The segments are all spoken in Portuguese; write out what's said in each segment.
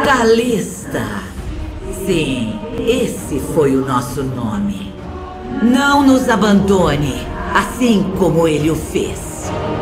Calista. Sim, esse foi o nosso nome. Não nos abandone, assim como ele o fez.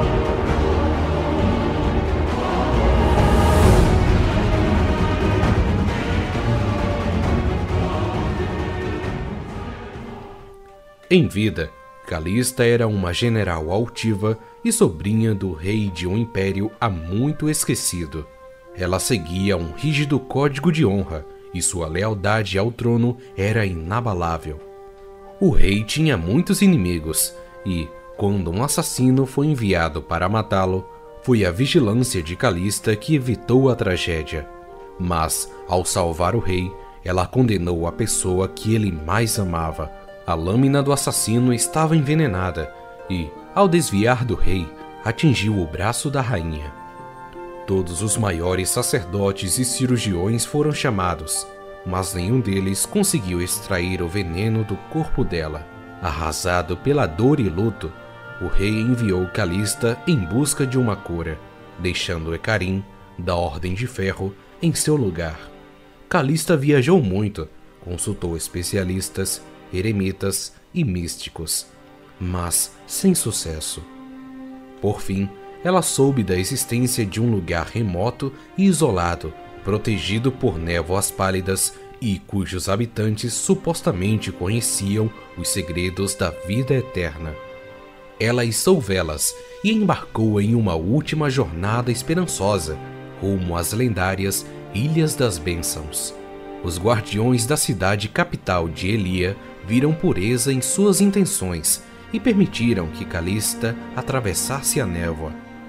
Em vida, Calista era uma general altiva e sobrinha do rei de um império há muito esquecido. Ela seguia um rígido código de honra e sua lealdade ao trono era inabalável. O rei tinha muitos inimigos e, quando um assassino foi enviado para matá-lo, foi a vigilância de Calista que evitou a tragédia. Mas, ao salvar o rei, ela condenou a pessoa que ele mais amava. A lâmina do assassino estava envenenada e, ao desviar do rei, atingiu o braço da rainha. Todos os maiores sacerdotes e cirurgiões foram chamados, mas nenhum deles conseguiu extrair o veneno do corpo dela. Arrasado pela dor e luto, o rei enviou Calista em busca de uma cura, deixando Hecarim, da Ordem de Ferro, em seu lugar. Calista viajou muito, consultou especialistas, eremitas e místicos, mas sem sucesso. Por fim, ela soube da existência de um lugar remoto e isolado, protegido por névoas pálidas e cujos habitantes supostamente conheciam os segredos da vida eterna. Ela içou velas e embarcou em uma última jornada esperançosa, rumo às lendárias Ilhas das Bênçãos. Os guardiões da cidade capital de Elia viram pureza em suas intenções e permitiram que Calista atravessasse a névoa.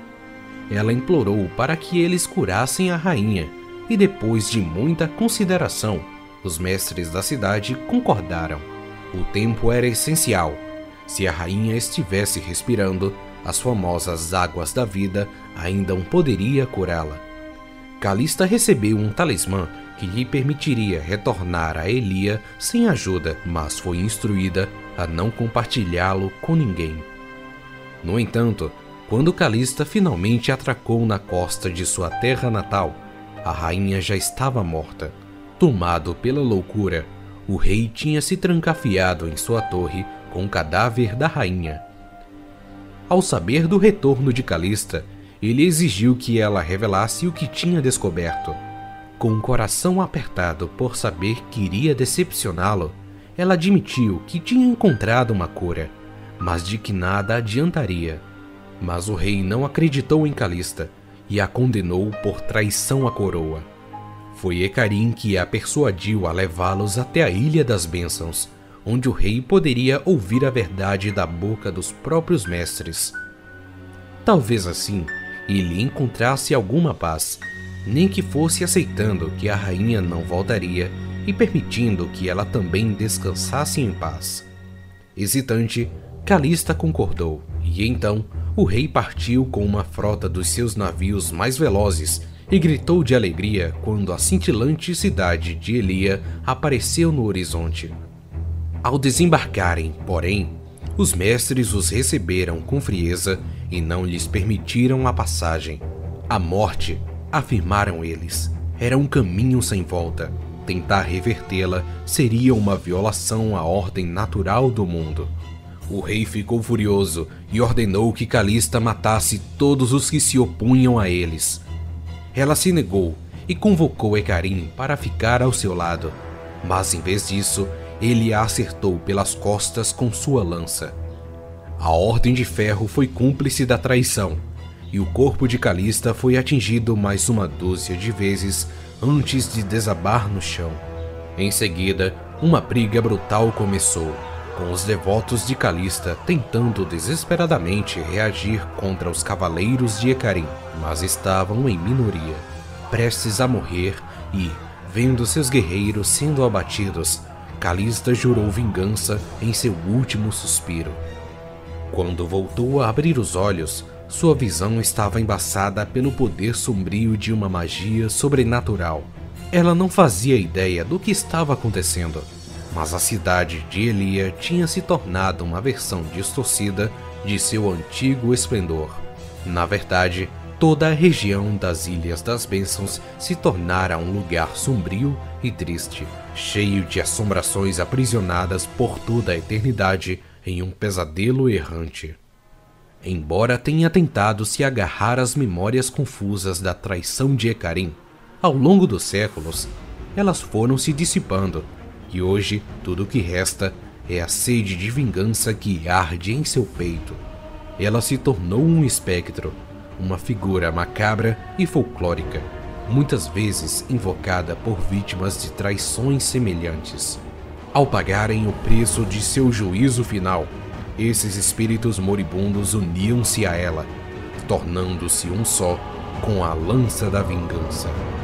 Ela implorou para que eles curassem a rainha, e depois de muita consideração, os mestres da cidade concordaram. O tempo era essencial. Se a rainha estivesse respirando, as famosas águas da vida ainda poderia curá-la. Calista recebeu um talismã que lhe permitiria retornar a Elia sem ajuda, mas foi instruída a não compartilhá-lo com ninguém. No entanto, quando Calista finalmente atracou na costa de sua terra natal, a rainha já estava morta. Tomado pela loucura, o rei tinha se trancafiado em sua torre com o cadáver da rainha. Ao saber do retorno de Calista, ele exigiu que ela revelasse o que tinha descoberto. Com o coração apertado por saber que iria decepcioná-lo, ela admitiu que tinha encontrado uma cura, mas de que nada adiantaria. Mas o rei não acreditou em Calista e a condenou por traição à coroa. Foi Hecarim que a persuadiu a levá-los até a Ilha das Bênçãos, onde o rei poderia ouvir a verdade da boca dos próprios mestres. Talvez assim ele encontrasse alguma paz, nem que fosse aceitando que a rainha não voltaria e permitindo que ela também descansasse em paz. Hesitante, Calista concordou, e então o rei partiu com uma frota dos seus navios mais velozes e gritou de alegria quando a cintilante cidade de Elia apareceu no horizonte. Ao desembarcarem, porém, os mestres os receberam com frieza e não lhes permitiram a passagem. A morte, afirmaram eles, era um caminho sem volta. Tentar revertê-la seria uma violação à ordem natural do mundo. O rei ficou furioso e ordenou que Calista matasse todos os que se opunham a eles. Ela se negou e convocou Hecarim para ficar ao seu lado, mas em vez disso, ele a acertou pelas costas com sua lança. A Ordem de Ferro foi cúmplice da traição, e o corpo de Calista foi atingido mais uma dúzia de vezes antes de desabar no chão. Em seguida, uma briga brutal começou, com os devotos de Calista tentando desesperadamente reagir contra os cavaleiros de Hecarim, mas estavam em minoria, prestes a morrer e, vendo seus guerreiros sendo abatidos, Calista jurou vingança em seu último suspiro. Quando voltou a abrir os olhos, sua visão estava embaçada pelo poder sombrio de uma magia sobrenatural. Ela não fazia ideia do que estava acontecendo, mas a cidade de Elia tinha se tornado uma versão distorcida de seu antigo esplendor. Na verdade, toda a região das Ilhas das Bênçãos se tornara um lugar sombrio e triste, cheio de assombrações aprisionadas por toda a eternidade em um pesadelo errante. Embora tenha tentado se agarrar às memórias confusas da traição de Hecarim, ao longo dos séculos, elas foram se dissipando, e hoje tudo o que resta é a sede de vingança que arde em seu peito. Ela se tornou um espectro, uma figura macabra e folclórica, muitas vezes invocada por vítimas de traições semelhantes. Ao pagarem o preço de seu juízo final, esses espíritos moribundos uniam-se a ela, tornando-se um só com a lança da vingança.